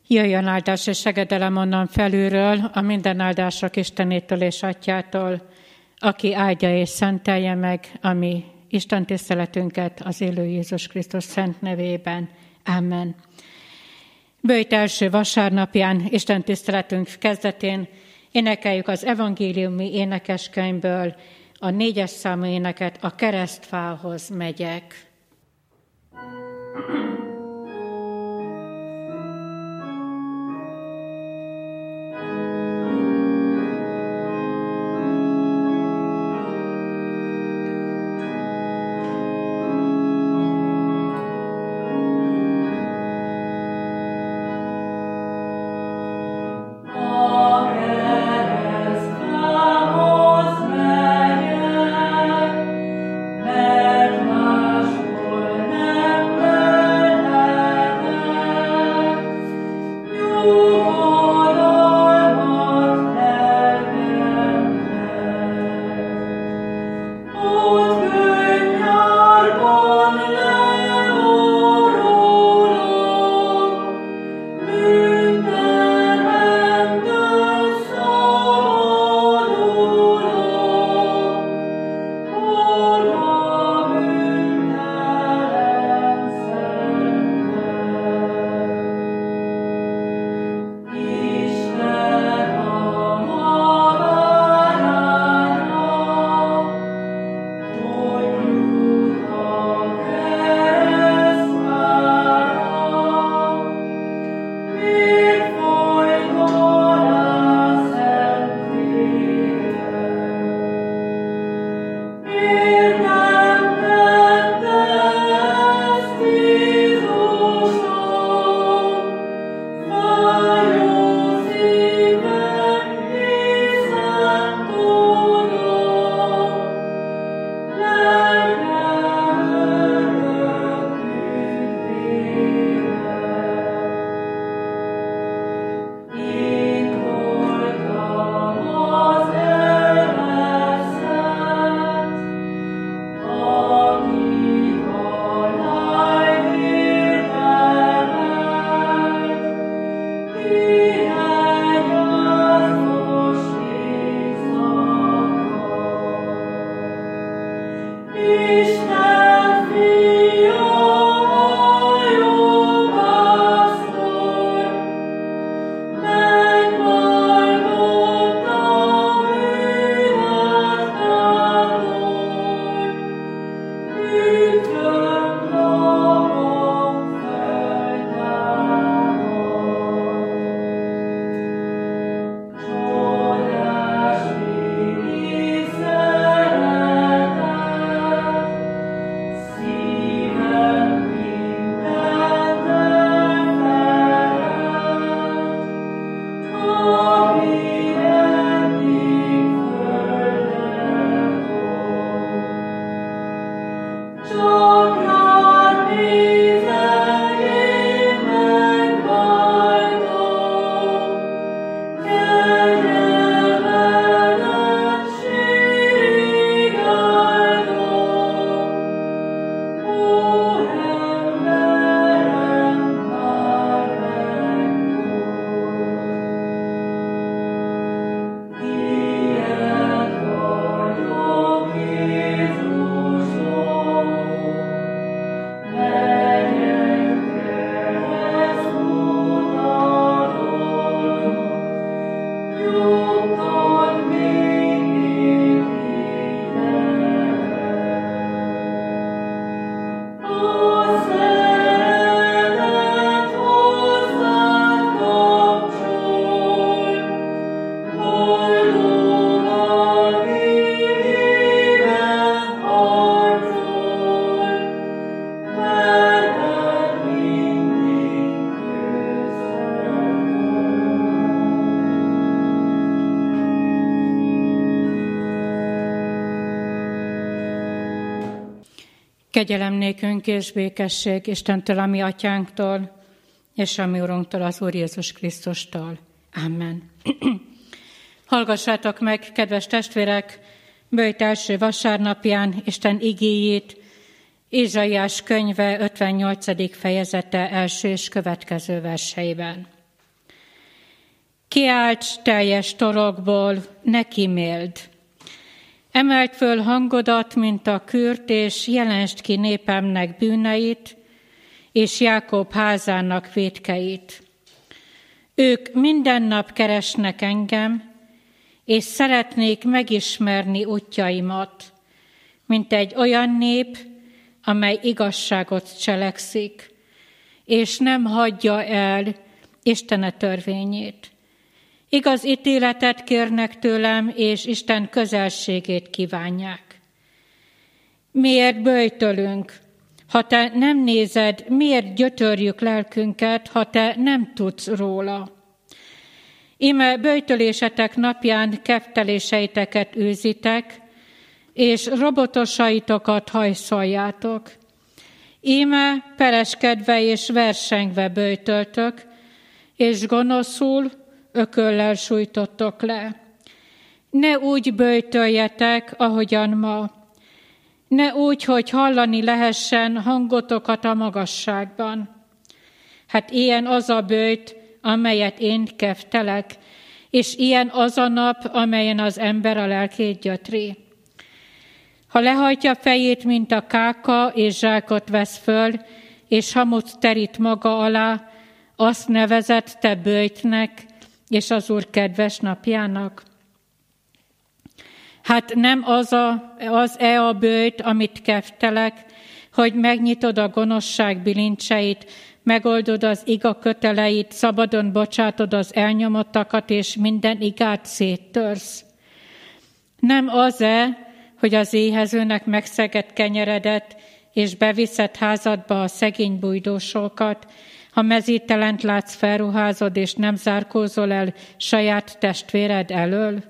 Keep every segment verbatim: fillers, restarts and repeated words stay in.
Jöjjön áldás és segedelem onnan felülről, a minden áldások Istenétől és Atyától, aki áldja és szentelje meg a mi Isten tiszteletünket az élő Jézus Krisztus szent nevében. Amen. Böjt első vasárnapján, Isten tiszteletünk kezdetén énekeljük az evangéliumi énekeskönyvből a négyes számú éneket, a keresztfához megyek. Kegyelem nékünk és békesség Istentől, a mi atyánktól, és a mi Urunktól, az Úr Jézus Krisztustól. Amen. Hallgassátok meg, kedves testvérek, böjt első vasárnapján Isten igéjét, Ézsaiás könyve ötvennyolcadik fejezete első és következő verseiben. Kiálts teljes torokból, ne kiméld. Emeld föl hangodat, mint a kürt, és jelensd ki népemnek bűneit, és Jákob házának vétkeit. Ők minden nap keresnek engem, és szeretnék megismerni útjaimat, mint egy olyan nép, amely igazságot cselekszik, és nem hagyja el Istene törvényét. Igaz ítéletet kérnek tőlem, és Isten közelségét kívánják. Miért böjtölünk, ha te nem nézed, miért gyötörjük lelkünket, ha te nem tudsz róla? Íme böjtölésetek napján kefteléseiteket űzitek, és robotosaitokat hajszoljátok. Íme pereskedve és versengve böjtöltök, és gonoszul ököllel sújtottok le. Ne úgy böjtöljetek, ahogyan ma. Ne úgy, hogy hallani lehessen hangotokat a magasságban. Hát ilyen az a böjt, amelyet én keftelek, és ilyen az a nap, amelyen az ember a lelkét gyötri. Ha lehajtja fejét, mint a káka, és zsákot vesz föl, és hamut terít maga alá, azt nevezett te böjtnek, és az Úr kedves napjának. Hát nem az a, az-e a böjt, amit keftelek, hogy megnyitod a gonoszság bilincseit, megoldod az iga köteleit, szabadon bocsátod az elnyomottakat, és minden igát széttörsz. Nem az-e, hogy az éhezőnek megszegett kenyeredet, és beviszed házadba a szegény bújdósokat, ha mezítelent látsz, felruházod, és nem zárkózol el saját testvéred elől?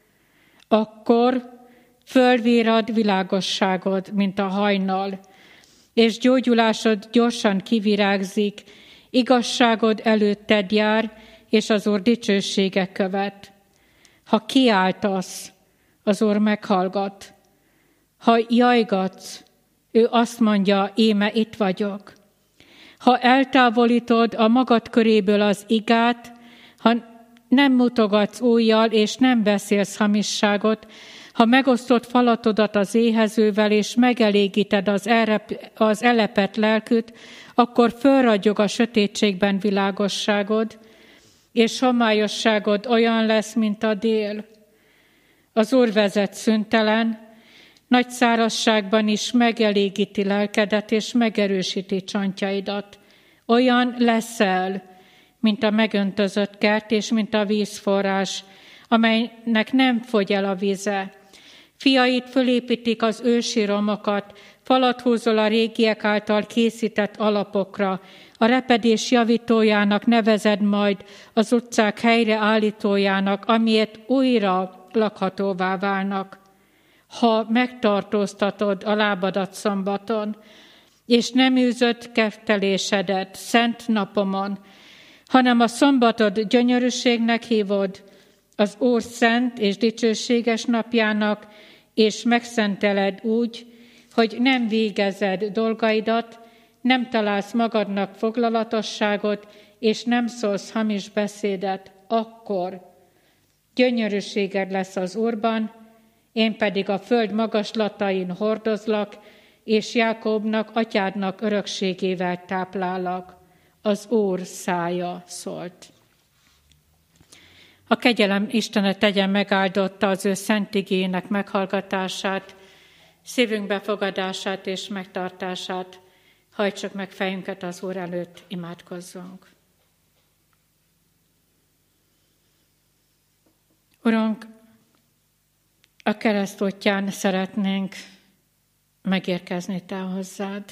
Akkor fölvírad világosságod, mint a hajnal, és gyógyulásod gyorsan kivirágzik, igazságod előtted jár, és az Úr dicsősége követ. Ha kiáltasz, az Úr meghallgat. Ha jajgatsz, ő azt mondja, íme itt vagyok. Ha eltávolítod a magad köréből az igát, ha nem mutogatsz ujjal, és nem beszélsz hamisságot, ha megosztod falatodat az éhezővel, és megelégíted az, elrep, az elepett lelküt, akkor fölragyog a sötétségben világosságod, és homályosságod olyan lesz, mint a dél. Az Úr vezet szüntelen, nagy szárazságban is megelégíti lelkedet, és megerősíti csontjaidat. Olyan leszel, mint a megöntözött kert, és mint a vízforrás, amelynek nem fogy el a vize. Fiait fölépítik az ősi romokat, falat húzol a régiek által készített alapokra, a repedés javítójának nevezed majd az utcák helyreállítójának, amiért újra lakhatóvá válnak. Ha megtartóztatod a lábadat szombaton, és nem űzött keftelésedet szent napomon, hanem a szombatod gyönyörűségnek hívod, az Úr szent és dicsőséges napjának, és megszenteled úgy, hogy nem végezed dolgaidat, nem találsz magadnak foglalatosságot, és nem szólsz hamis beszédet, akkor gyönyörűséged lesz az Úrban, én pedig a föld magaslatain hordozlak, és Jákobnak, atyádnak örökségével táplálak. Az Úr szája szólt. A kegyelem Istene tegyen megáldotta az ő szent igének meghallgatását, szívünk befogadását és megtartását. Hajtsuk meg fejünket az Úr előtt, imádkozzunk. Urunk, a kereszt útján szeretnénk megérkezni Te hozzád.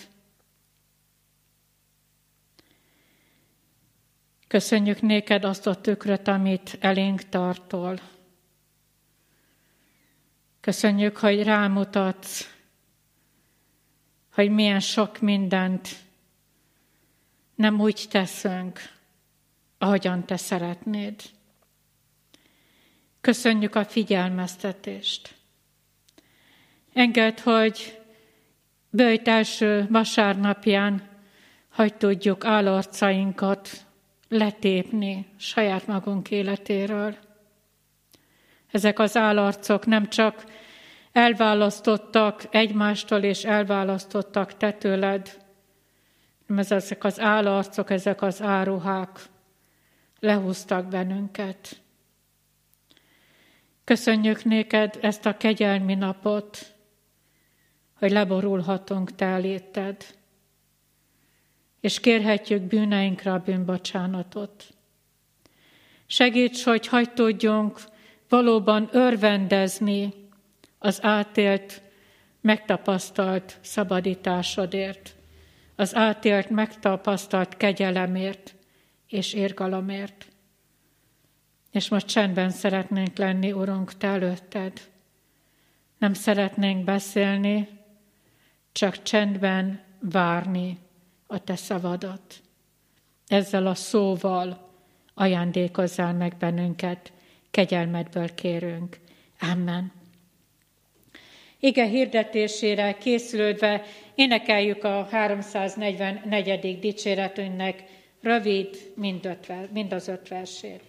Köszönjük néked azt a tükröt, amit elénk tartol. Köszönjük, hogy rámutatsz, hogy milyen sok mindent nem úgy teszünk, ahogyan Te szeretnéd. Köszönjük a figyelmeztetést. Engedd, hogy böjt első vasárnapján, hogy tudjuk állarcainkat letépni saját magunk életéről. Ezek az állarcok nem csak elválasztottak egymástól és elválasztottak te tőled, hanem ezek az állarcok, ezek az áruhák lehúztak bennünket. Köszönjük néked ezt a kegyelmi napot, hogy leborulhatunk te eléted, és kérhetjük bűneinkre a bűnbocsánatot. Segíts, hogy hagy tudjunk valóban örvendezni az átélt, megtapasztalt szabadításodért, az átélt, megtapasztalt kegyelemért és irgalomért. És most csendben szeretnénk lenni, Urunk, te előtted. Nem szeretnénk beszélni, csak csendben várni a te szavadat. Ezzel a szóval ajándékozzál meg bennünket, kegyelmedből kérünk. Amen. Ige hirdetésére készülődve énekeljük a háromszáznegyvennegyedik dicséretünknek rövid, mind, öt, mind az öt versét.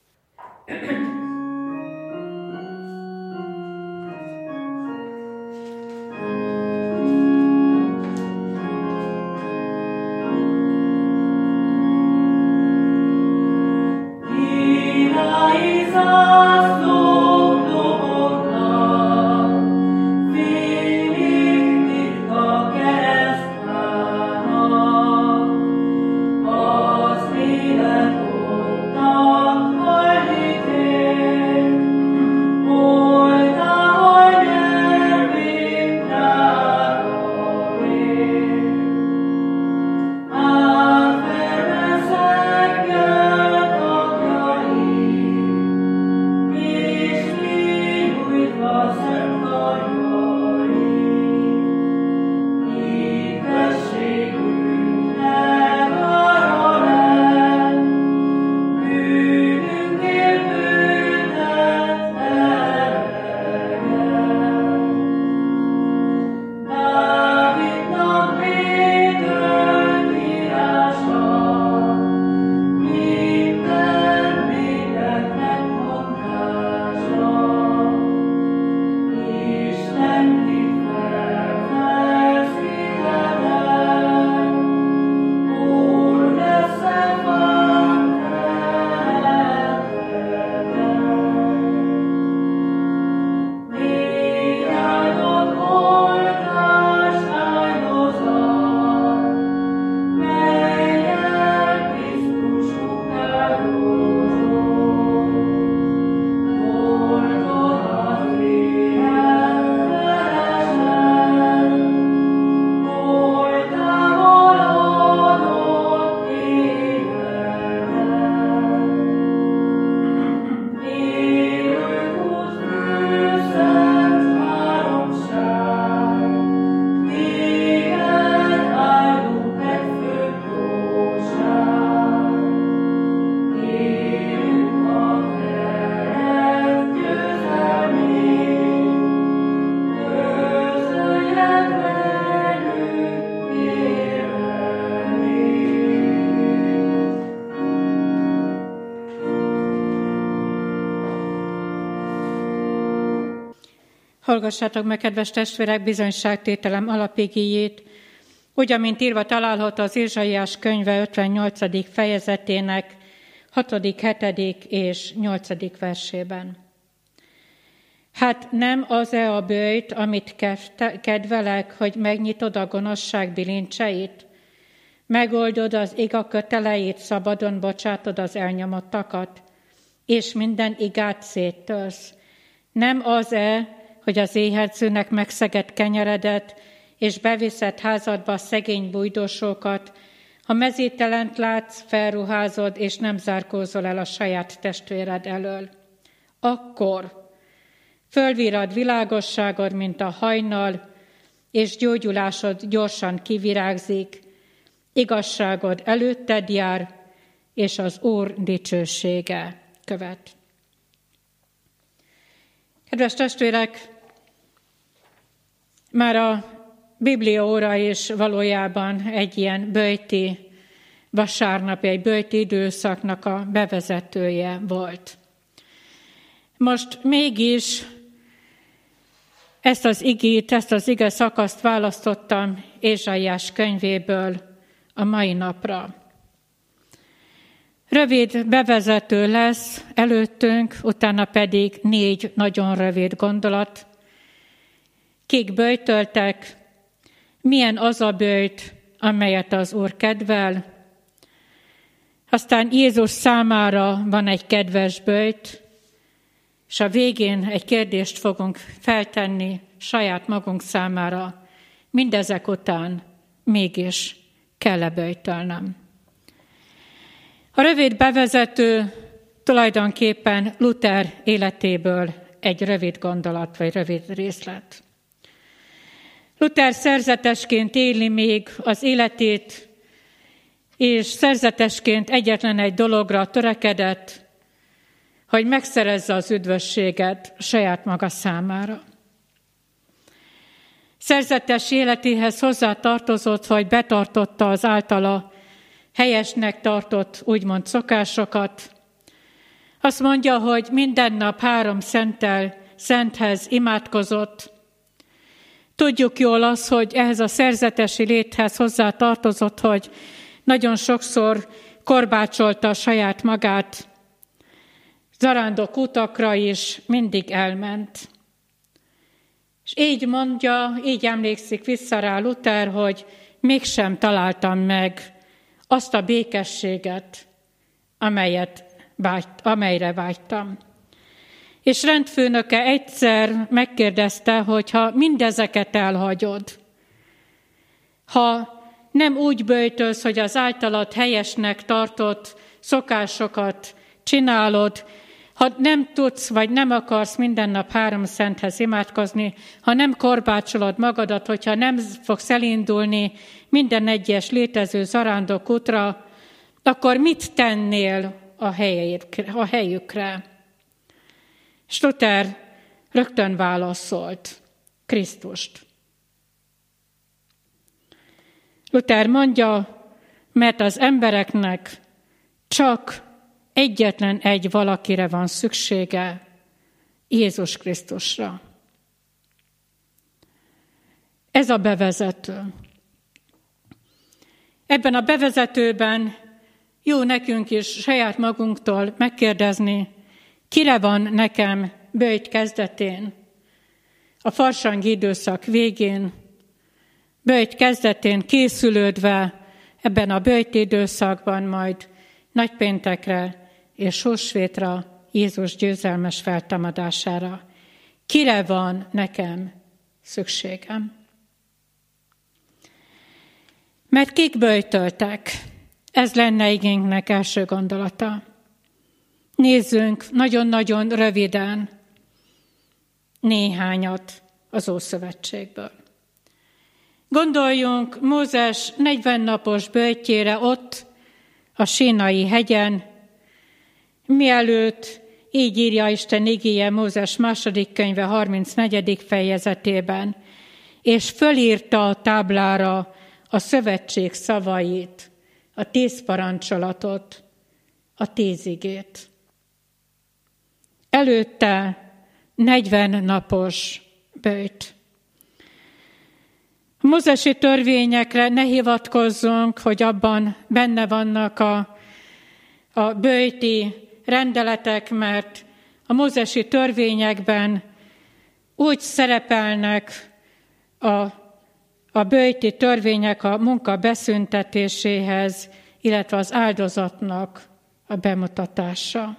Hallgassátok meg, kedves testvérek, bizonyságtételem alapigéjét, úgy, amint írva található az Ézsaiás könyve ötvennyolcadik fejezetének hatodik, hetedik és nyolcadik versében. Hát nem az-e a böjt, amit kedvelek, hogy megnyitod a gonoszság bilincseit, megoldod az iga köteleit, szabadon bocsátod az elnyomottakat, és minden igát széttörsz. Nem az-e, hogy az éhezőnek megszegett kenyeredet, és beviszed házadba a szegény bújdosókat, ha mezítelent látsz, felruházod, és nem zárkózol el a saját testvéred elől. Akkor fölvirrad világosságod, mint a hajnal, és gyógyulásod gyorsan kivirágzik, igazságod előtted jár, és az Úr dicsősége követ. Kedves testvérek, már a Biblia óra is valójában egy ilyen böjti vasárnap egy böjti időszaknak a bevezetője volt. Most mégis ezt az igét, ezt az ige szakaszt választottam Ézsaiás könyvéből a mai napra. Rövid bevezető lesz előttünk, utána pedig négy nagyon rövid gondolat. Kik böjtöltek, milyen az a böjt, amelyet az Úr kedvel. Aztán Jézus számára van egy kedves böjt, és a végén egy kérdést fogunk feltenni saját magunk számára. Mindezek után mégis kell-e böjtölnem? A rövid bevezető tulajdonképpen Luther életéből egy rövid gondolat, vagy rövid részlet. Luther szerzetesként éli még az életét, és szerzetesként egyetlen egy dologra törekedett, hogy megszerezze az üdvösséget saját maga számára. Szerzetes életéhez hozzá tartozott, hogy betartotta az általa helyesnek tartott úgymond szokásokat. Azt mondja, hogy minden nap három szenttel, szenthez imádkozott. Tudjuk jól azt, hogy ehhez a szerzetesi léthez hozzá tartozott, hogy nagyon sokszor korbácsolta saját magát, zarándok utakra is mindig elment. És így mondja, így emlékszik vissza rá Luther, hogy mégsem találtam meg azt a békességet, amelyet vágy, amelyre vágytam. És rendfőnöke egyszer megkérdezte, hogy ha mindezeket elhagyod, ha nem úgy böjtölsz, hogy az általad helyesnek tartott szokásokat csinálod, ha nem tudsz, vagy nem akarsz minden nap három szenthez imádkozni, ha nem korbácsolod magadat, hogyha nem fogsz elindulni minden egyes létező zarándok útra, akkor mit tennél a, helyükre, a helyükre? És Luther rögtön válaszolt: Krisztust. Luther mondja, mert az embereknek csak egyetlen egy valakire van szüksége, Jézus Krisztusra. Ez a bevezető. Ebben a bevezetőben jó nekünk is saját magunktól megkérdezni, kire van nekem böjt kezdetén, a farsangi időszak végén, böjt kezdetén készülődve ebben a böjt időszakban majd nagypéntekre és húsvétra, Jézus győzelmes feltámadására. Kire van nekem szükségem? Mert kik böjtöltek? Ez lenne igénynek első gondolata. Nézzünk nagyon-nagyon röviden néhányat az Ószövetségből. Gondoljunk Mózes negyven napos böjtjére ott, a Sínai hegyen, mielőtt, így írja Isten igéje Mózes második könyve harmincnegyedik fejezetében, és fölírta a táblára a szövetség szavait, a tíz parancsolatot, a tíz igét. Előtte negyven napos böjt. A mózesi törvényekre ne hivatkozzunk, hogy abban benne vannak a, a böjti rendeletek, mert a mózesi törvényekben úgy szerepelnek a, a böjti törvények a munka beszüntetéséhez, illetve az áldozatnak a bemutatása.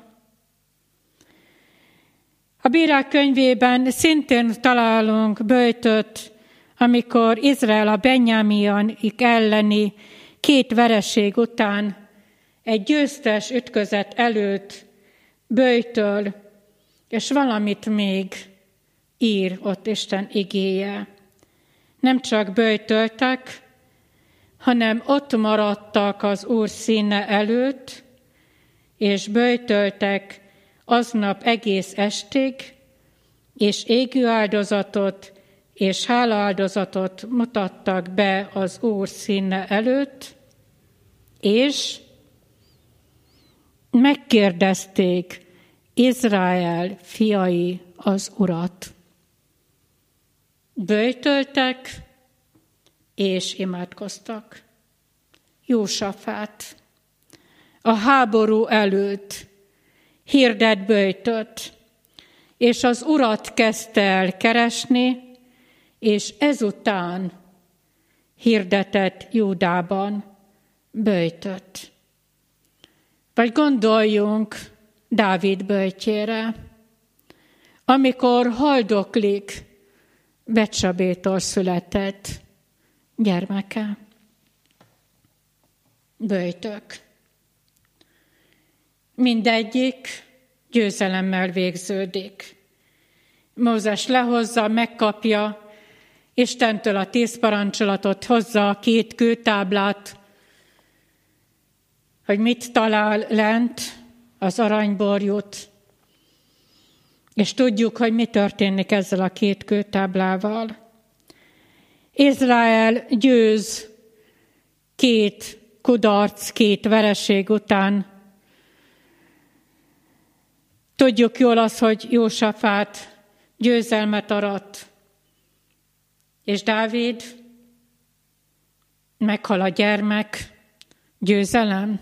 A Bírák könyvében szintén találunk böjtöt, amikor Izrael a Benjáminik elleni két vereség után egy győztes ütközet előtt böjtöl, és valamit még ír ott Isten igéje. Nem csak böjtöltek, hanem ott maradtak az Úr színe előtt, és böjtöltek aznap egész estig, és égő áldozatot és hálaáldozatot mutattak be az Úr színe előtt, És megkérdezték Izrael fiai az Urat. Böjtöltek és imádkoztak. Jósafát a háború előtt hirdet böjtöt, és az Urat kezdte el keresni, és ezután hirdetett Júdában böjtöt. Vagy gondoljunk Dávid böjtjére, amikor haldoklik Betsabétól született gyermeke. Böjtök. Mindegyik győzelemmel végződik. Mózes lehozza, megkapja Istentől a tíz parancsolatot, hozza a két kőtáblát, hogy mit talál lent, az aranyborjút, és tudjuk, hogy mi történik ezzel a két kőtáblával. Izrael győz két kudarc, két vereség után. Tudjuk jól az, hogy Jósafát győzelmet arat, és Dávid, meghal a gyermek, győzelem,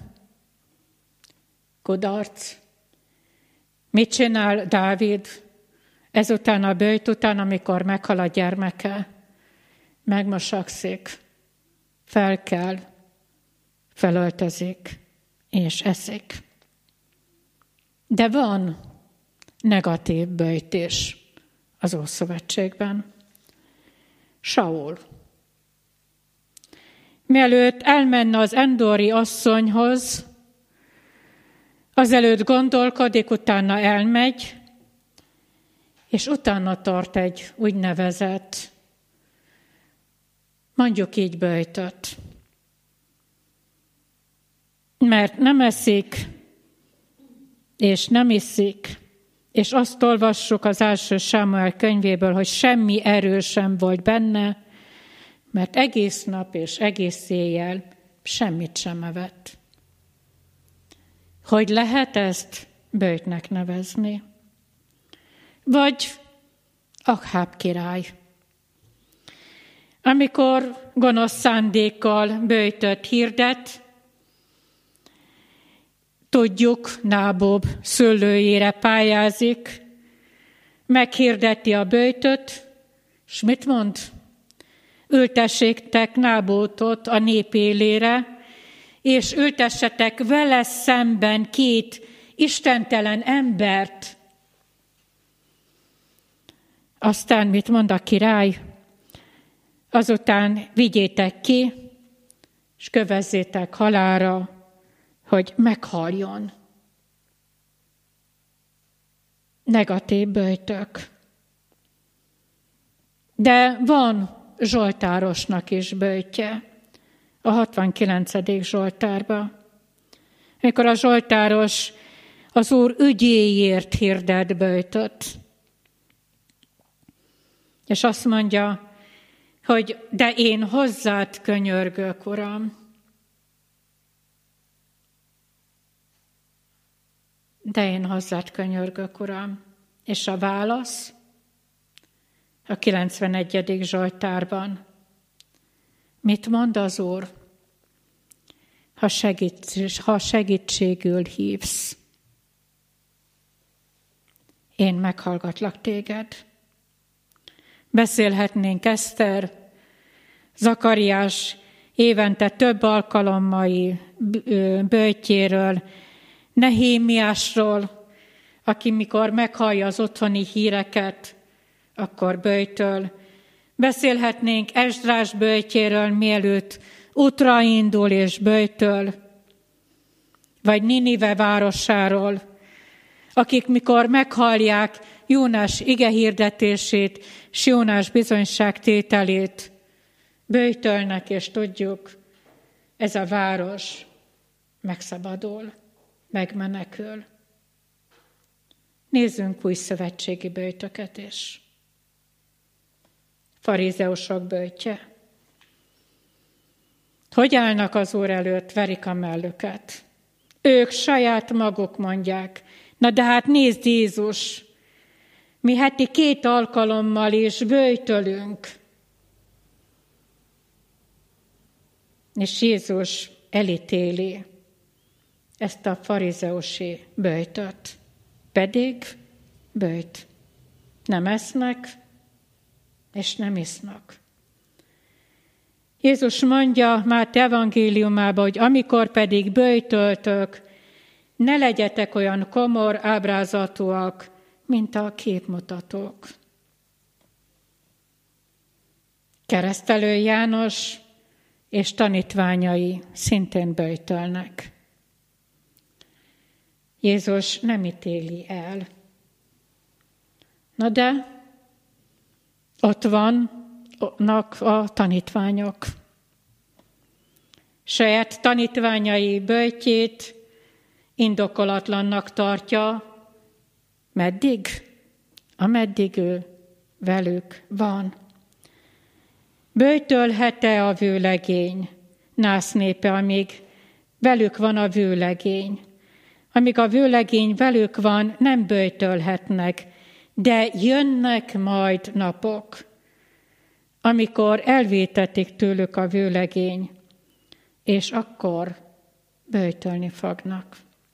kudarc. Mit csinál Dávid ezután a böjt után, amikor meghal a gyermeke? Megmosakszik, felkel, felöltözik és eszik. De van negatív böjtés az Ószövetségben. Saul. Mielőtt elmenne az endori asszonyhoz, azelőtt gondolkodik, utána elmegy, és utána tart egy úgynevezett, mondjuk így böjtöt. Mert nem eszik, és nem iszik, és azt olvassuk az első Sámuel könyvéből, hogy semmi erő sem volt benne, mert egész nap és egész éjjel semmit sem evett. Hogy lehet ezt böjtnek nevezni? Vagy Akháb király. Amikor gonosz szándékkal böjtöt hirdet, tudjuk, Nábob szőlőjére pályázik, meghirdeti a böjtöt, és mit mond? Ültessétek Nábótot a nép élére, és ültessetek vele szemben két istentelen embert. Aztán mit mond a király? Azután vigyétek ki, és kövezzétek halálra, hogy meghaljon. Negatív böjtök. De van zsoltárosnak is böjtje, a hatvankilencedik zsoltárba. Amikor a zsoltáros az Úr ügyéért hirdet böjtöt, és azt mondja, hogy de én hozzád könyörgök, Uram. De én hozzád könyörgök, Uram. És a válasz a kilencvenegyedik zsoltárban. Mit mond az Úr? Ha, segíts, ha segítségül hívsz, én meghallgatlak téged. Beszélhetnénk Eszter, Zakariás évente több alkalommal böjtjéről, Nehémiásról, aki mikor meghallja az otthoni híreket, akkor böjtöl. Beszélhetnénk Esdrás böjtjéről, mielőtt útra indul és böjtöl, vagy Ninive városáról, akik mikor meghallják Jónás igehirdetését, s Jónás bizonyságtételét, böjtölnek, és tudjuk, ez a város megszabadul, megmenekül. Nézzünk új szövetségi böjtöket is. Farizeusok böjtje. Hogy állnak az Úr előtt, verik a mellüket. Ők saját maguk mondják, na de hát nézd Jézus, mi heti két alkalommal is böjtölünk. És Jézus elítéli ezt a farizeusi böjtöt. Pedig böjt. Nem esznek, és nem isznak. Jézus mondja Máté evangéliumában, hogy amikor pedig böjtöltök, ne legyetek olyan komor ábrázatúak, mint a képmutatók. Keresztelő János és tanítványai szintén böjtölnek. Jézus nem ítéli el. Na de ott vannak a tanítványok. Saját tanítványai böjtjét indokolatlannak tartja. Meddig? Ameddig ő velük van. Böjtölhet-e a vőlegény, nász népe, amíg velük van a vőlegény? Amíg a vőlegény velük van, nem böjtölhetnek, de jönnek majd napok, amikor elvétetik tőlük a vőlegény, és akkor böjtölni fognak.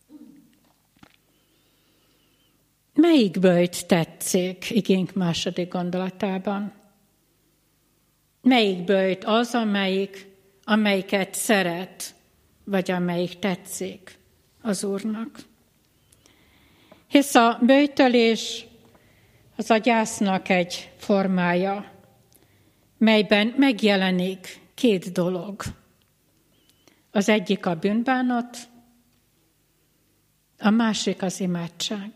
Melyik böjt tetszik igénk második gondolatában? Melyik böjt az, amelyik, amelyiket szeret, vagy amelyik tetszik az Úrnak? Hisz a böjtölés az a gyásznak egy formája, melyben megjelenik két dolog. Az egyik a bűnbánat, a másik az imádság.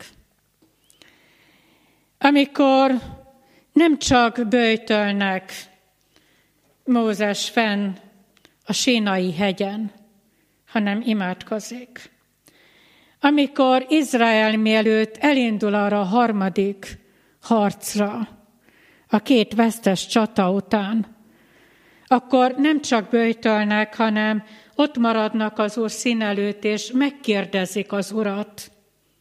Amikor nem csak böjtölnek Mózes fenn a Sínai hegyen, hanem imádkozik. Amikor Izrael mielőtt elindul arra a harmadik harcra, a két vesztes csata után, akkor nem csak böjtölnek, hanem ott maradnak az Úr szín előtt, és megkérdezik az Urat.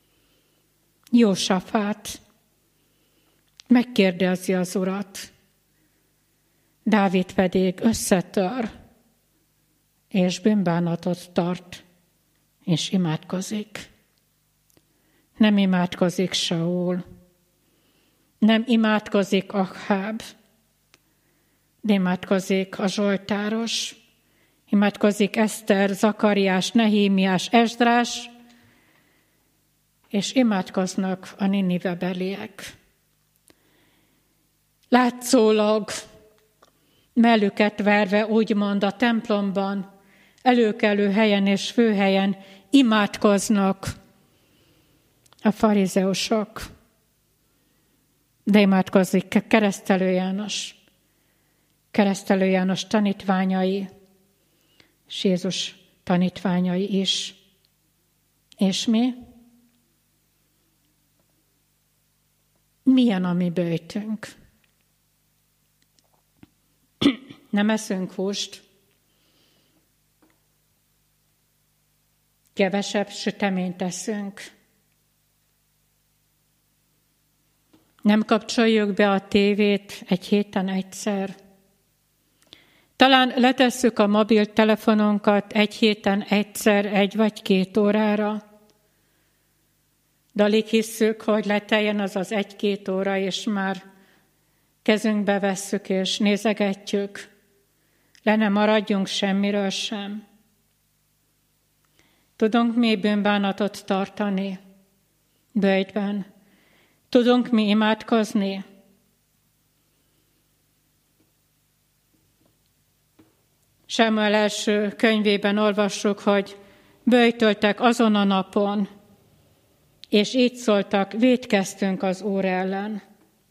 Jósafát megkérdezi az Urat. Dávid pedig összetör, és bűnbánatot tart, és imádkozik. Nem imádkozik Saul, nem imádkozik Akháb, de imádkozik a zsoltáros, imádkozik Eszter, Zakariás, Nehémiás, Esdrás, és imádkoznak a ninivebeliek. Látszólag mellüket verve, úgymond a templomban, előkelő helyen és főhelyen imádkoznak a farizeusok. De imádkozik Keresztelő János, Keresztelő János tanítványai, és Jézus tanítványai is. És mi? Milyen a mi böjtünk? Nem eszünk húst, kevesebb süteményt eszünk, nem kapcsoljuk be a tévét egy héten egyszer. Talán letesszük a mobiltelefonunkat egy héten egyszer, egy vagy két órára, de alig hisszük, hogy leteljen az az egy-két óra, és már kezünkbe vesszük és nézegetjük. Le ne maradjunk semmiről sem. Tudunk mi bűnbánatot tartani böjtben? Tudunk mi imádkozni? Sámuel első könyvében olvassuk, hogy böjtöltek azon a napon, és így szóltak, vétkeztünk az Úr ellen.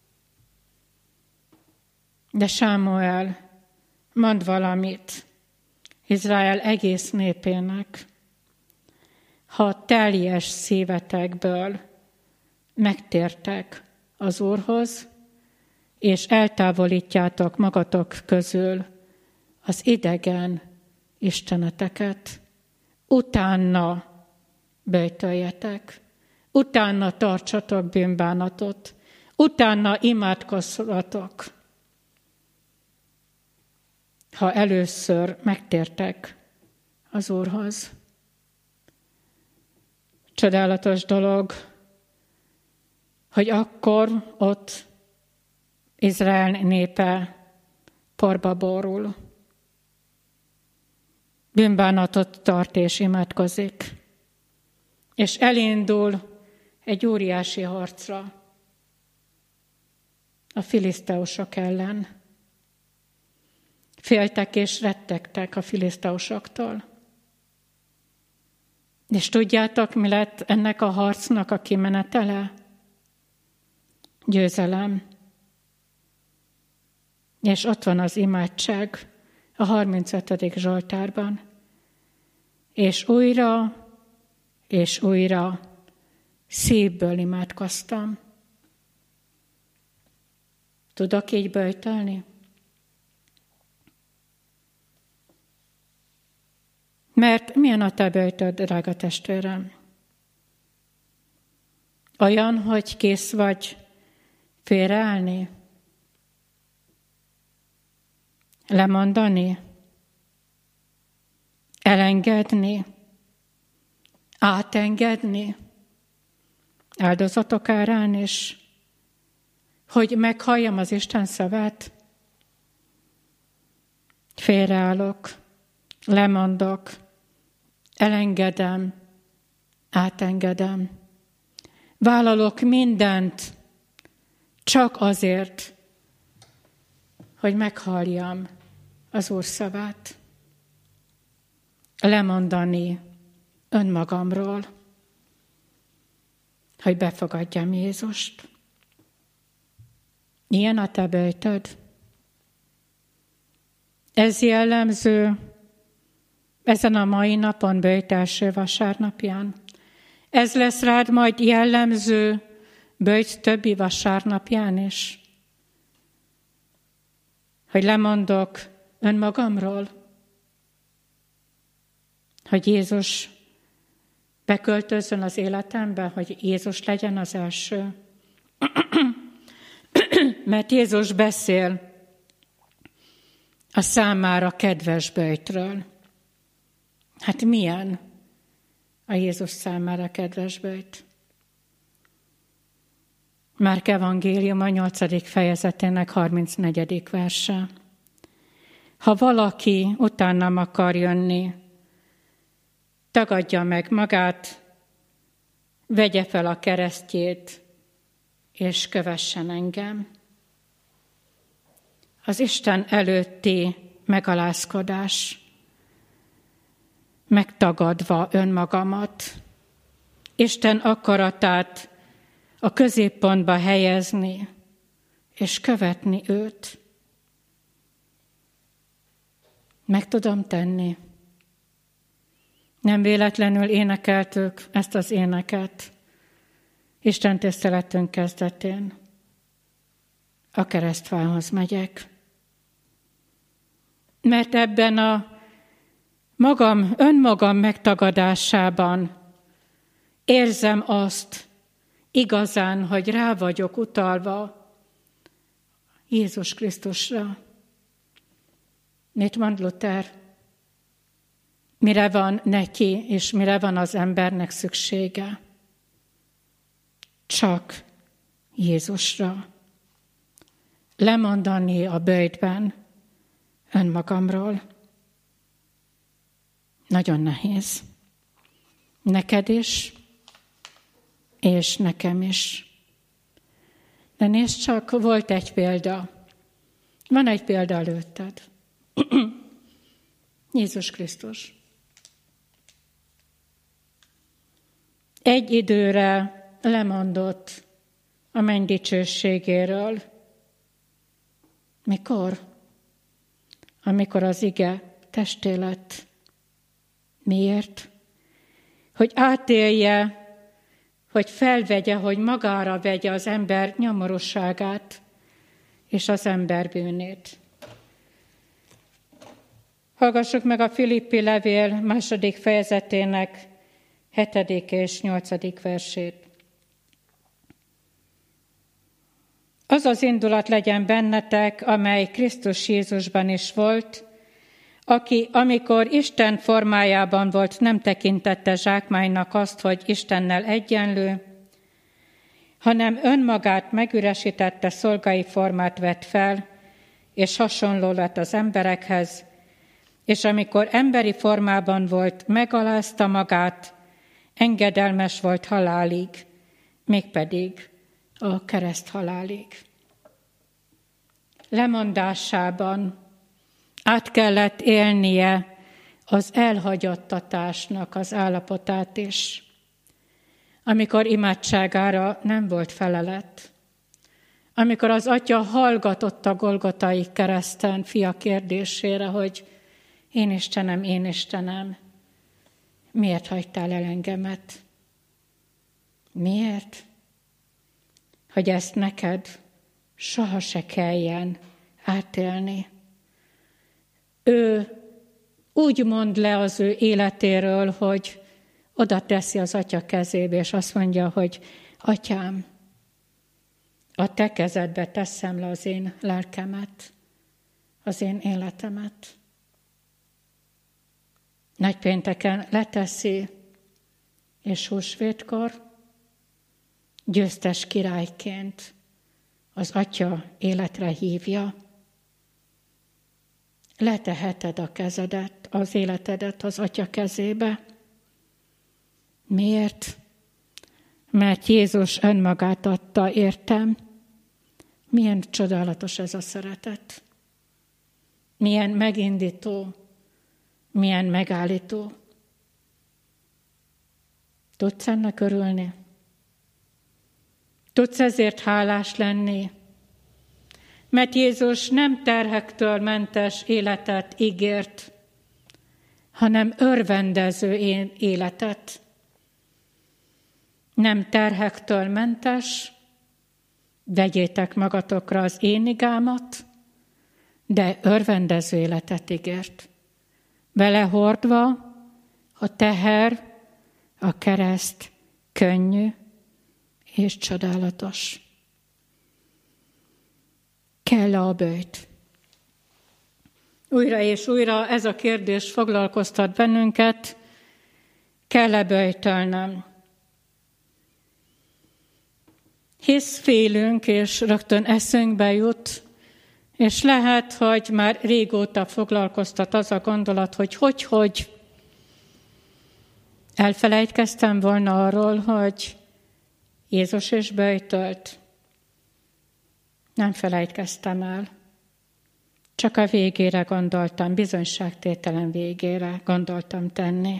De Sámuel mond valamit Izrael egész népének. Ha teljes szívetekből megtértek az Úrhoz, és eltávolítjátok magatok közül az idegen isteneteket, utána böjtöljetek, utána tartsatok bűnbánatot, utána imádkozzatok, ha először megtértek az Úrhoz. Csodálatos dolog, hogy akkor ott Izrael népe porba borul. Bűnbánatot tart és imádkozik, és elindul egy óriási harcra a filiszteusok ellen. Féltek és rettegtek a filiszteusoktól. És tudjátok, mi lett ennek a harcnak a kimenetele? Győzelem. És ott van az imádság a harmincötödik Zsoltárban. És újra, és újra szívből imádkoztam. Tudok így böjtölni? Mert milyen a te böjtöd, drága testvérem? Olyan, hogy kész vagy félreállni? Lemondani? Elengedni? Átengedni? Áldozatok árán is? Hogy meghalljam az Isten szavát? Félreállok, lemondok, elengedem, átengedem. Vállalok mindent csak azért, hogy meghalljam az Úr szavát. Lemondani önmagamról, hogy befogadjam Jézust. Ilyen a te böjtöd. Ez jellemző ezen a mai napon, böjt első vasárnapján. Ez lesz rád majd jellemző böjt többi vasárnapján is. Hogy lemondok önmagamról, hogy Jézus beköltözzön az életembe, hogy Jézus legyen az első. Mert Jézus beszél a számára kedves böjtről. Hát milyen a Jézus számára kedves böjt? Márk evangélium a nyolcadik fejezetének harmincnegyedik verse. Ha valaki utánam akar jönni, tagadja meg magát, vegye fel a keresztjét, és kövessen engem. Az Isten előtti megalázkodás, megtagadva önmagamat, Isten akaratát a középpontba helyezni, és követni őt. Meg tudom tenni. Nem véletlenül énekeltük ezt az éneket Isten tiszteletünk kezdetén. A keresztfához megyek. Mert ebben a magam, önmagam megtagadásában érzem azt igazán, hogy rá vagyok utalva Jézus Krisztusra. Mit mond Luther? Mire van neki, és mire van az embernek szüksége? Csak Jézusra. Lemondani a böjtben önmagamról. Nagyon nehéz. Neked is, és nekem is. De nézd csak, volt egy példa. Van egy példa előtted. Jézus Krisztus. Egy időre lemondott a menny dicsőségéről. Mikor? Amikor az ige testé lett. Miért? Hogy átélje, hogy felvegye, hogy magára vegye az ember nyomorúságát és az ember bűnét. Hallgassuk meg a Filippi levél második fejezetének hetedik és nyolcadik versét. Az az indulat legyen bennetek, amely Krisztus Jézusban is volt, aki, amikor Isten formájában volt, nem tekintette zsákmánynak azt, hogy Istennel egyenlő, hanem önmagát megüresítette, szolgai formát vett fel, és hasonló lett az emberekhez, és amikor emberi formában volt, megalázta magát, engedelmes volt halálig, mégpedig a kereszt halálig. Lemondásában át kellett élnie az elhagyattatásnak az állapotát is, amikor imádságára nem volt felelet, amikor az atya hallgatott a Golgotai kereszten fia kérdésére, hogy én Istenem, én Istenem, miért hagytál el engemet? Miért? Hogy ezt neked soha se kelljen átélni. Ő úgy mond le az ő életéről, hogy oda teszi az atya kezébe, és azt mondja, hogy atyám, a te kezedbe teszem le az én lelkemet, az én életemet. Nagypénteken leteszi, és húsvétkor győztes királyként az atya életre hívja. Leteheted a kezedet, az életedet az atya kezébe. Miért? Mert Jézus önmagát adta, értem. Milyen csodálatos ez a szeretet. Milyen megindító, milyen megállító. Tudsz ennek örülni? Tudsz ezért hálás lenni? Mert Jézus nem terhektől mentes életet ígért, hanem örvendező életet. Nem terhektől mentes, vegyétek magatokra az én igámat, de örvendező életet ígért. Belehordva a teher, a kereszt könnyű és csodálatos. Kell a böjt? Újra és újra ez a kérdés foglalkoztat bennünket, kell-e böjtölnöm? Hisz félünk, és rögtön eszünkbe jut, és lehet, hogy már régóta foglalkoztat az a gondolat, hogy hogy-hogy elfelejtkeztem volna arról, hogy Jézus is böjtölt. Nem felejtkeztem el. Csak a végére gondoltam, bizonyságtételen végére gondoltam tenni.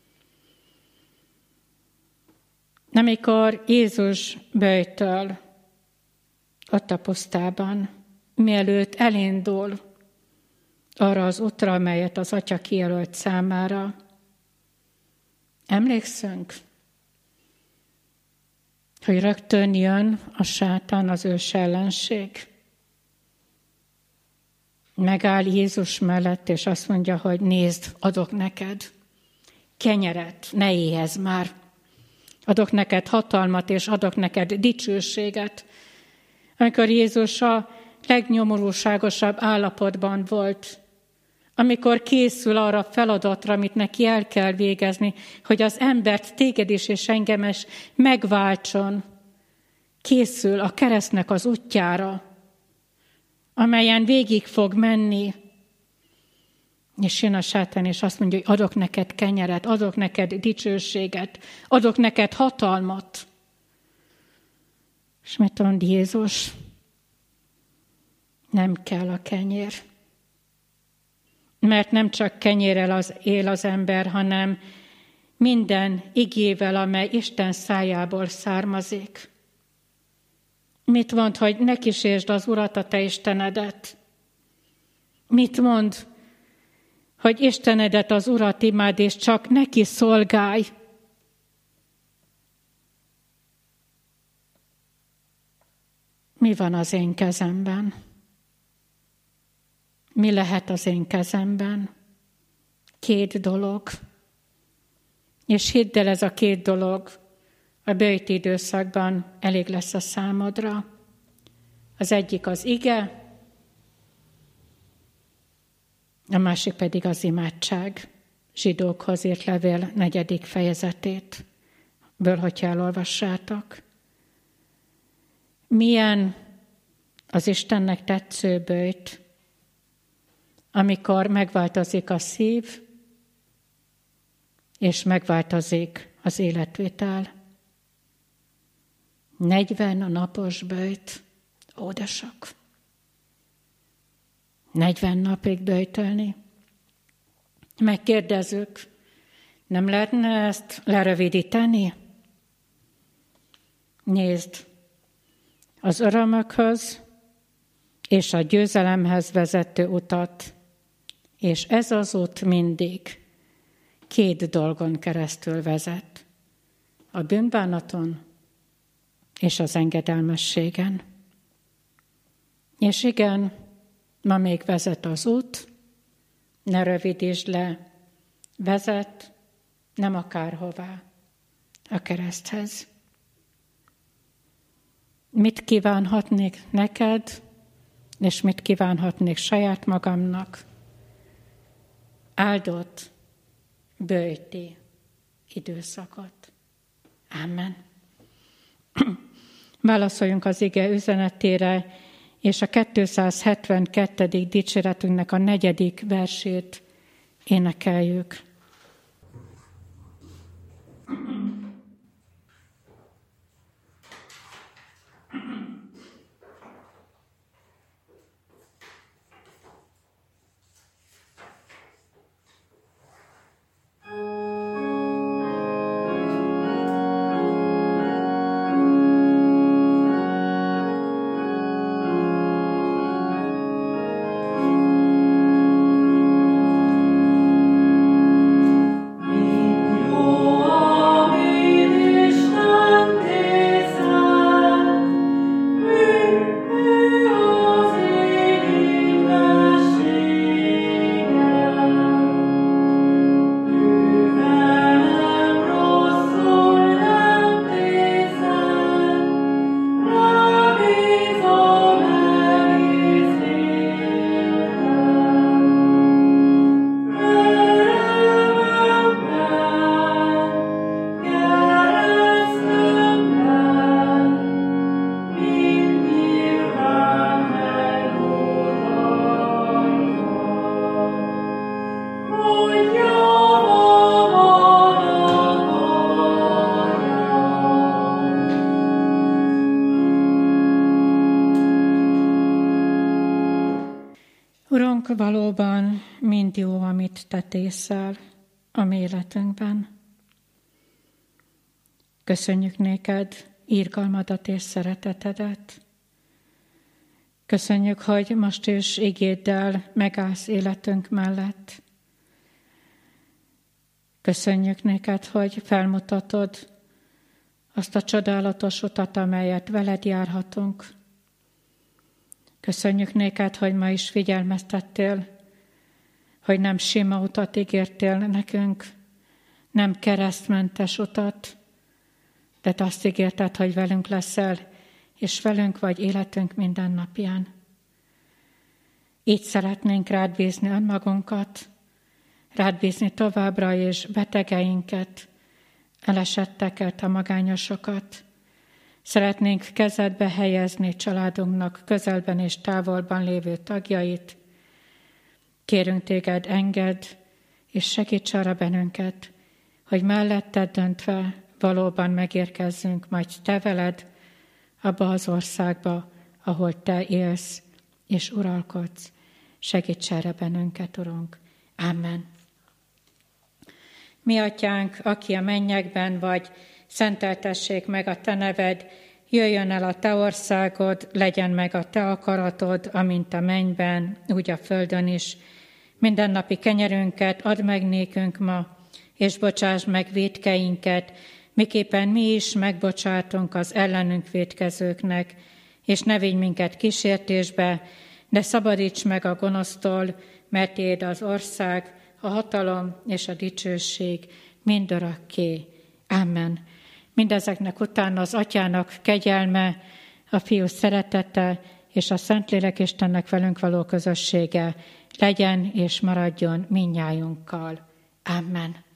Amikor Jézus böjtöl ott a pusztában, mielőtt elindul arra az útra, amelyet az atya kijelölt számára, emlékszünk, hogy rögtön jön a sátán, az ős ellenség. Megáll Jézus mellett, és azt mondja, hogy nézd, adok neked kenyeret, ne éhezz már. Adok neked hatalmat, és adok neked dicsőséget. Amikor Jézus a legnyomorúságosabb állapotban volt, amikor készül arra a feladatra, amit neki el kell végezni, hogy az embert, téged is és engem is megváltson, készül a keresztnek az útjára, amelyen végig fog menni, és jön a sátán, és azt mondja, hogy adok neked kenyeret, adok neked dicsőséget, adok neked hatalmat. És mit mond Jézus? Nem kell a kenyér. Mert nem csak kenyérrel az él az ember, hanem minden igével, amely Isten szájából származik. Mit mond, hogy ne kísértsd az Urat, a te Istenedet? Mit mond, hogy Istenedet, az Urat imád, és csak neki szolgálj? Mi van az én kezemben? Mi lehet az én kezemben? Két dolog. És hidd el, ez a két dolog a böjti időszakban elég lesz a számodra. Az egyik az ige, a másik pedig az imádság. Zsidókhoz írt levél negyedik fejezetét, ből, hogyha elolvassátok. Milyen az Istennek tetsző böjt, amikor megváltozik a szív, és megváltozik az életvitel. negyven napos böjt, ó, de sok. negyven napig böjtölni. Megkérdezzük, nem lehetne ezt lerövidíteni? Nézd, az örömökhöz és a győzelemhez vezető utat, és ez az út mindig két dolgon keresztül vezet. A bűnbánaton és az engedelmességen. És igen, ma még vezet az út, ne rövidítsd le, vezet, nem akárhová, a kereszthez. Mit kívánhatnék neked, és mit kívánhatnék saját magamnak? Áldott böjti időszakot. Amen. Válaszoljunk az ige üzenetére, és a kétszázhetvenkettedik dicséretünknek a negyedik versét énekeljük. Urunk, valóban mind jó, amit Te tészel a mi életünkben. Köszönjük néked irgalmadat és szeretetedet. Köszönjük, hogy most is igéddel megállsz életünk mellett. Köszönjük néked, hogy felmutatod azt a csodálatos utat, amelyet veled járhatunk. Köszönjük néked, hogy ma is figyelmeztettél, hogy nem sima utat ígértél nekünk, nem keresztmentes utat, de te azt ígérted, hogy velünk leszel, és velünk vagy életünk minden napján. Így szeretnénk rád bízni önmagunkat, rád bízni továbbra is betegeinket, elesetteket, a magányosokat. Szeretnénk kezedbe helyezni családunknak közelben és távolban lévő tagjait. Kérünk téged, engedd, és segíts arra bennünket, hogy melletted döntve valóban megérkezzünk majd te veled abba az országba, ahol te élsz és uralkodsz. Segíts erre bennünket, Urunk. Amen. Mi atyánk, aki a mennyekben vagy, szenteltessék meg a te neved, jöjjön el a te országod, legyen meg a te akaratod, amint a mennyben, úgy a földön is. Mindennapi kenyerünket add meg nékünk ma, és bocsásd meg vétkeinket, miképpen mi is megbocsátunk az ellenünk vétkezőknek, és ne vigy minket kísértésbe, de szabadíts meg a gonosztól, mert tiéd az ország, a hatalom és a dicsőség mindörökké. Amen. Mindezeknek utána az Atyának kegyelme, a Fiú szeretete és a Szentlélek Istennek velünk való közössége legyen és maradjon mindnyájunkkal. Amen.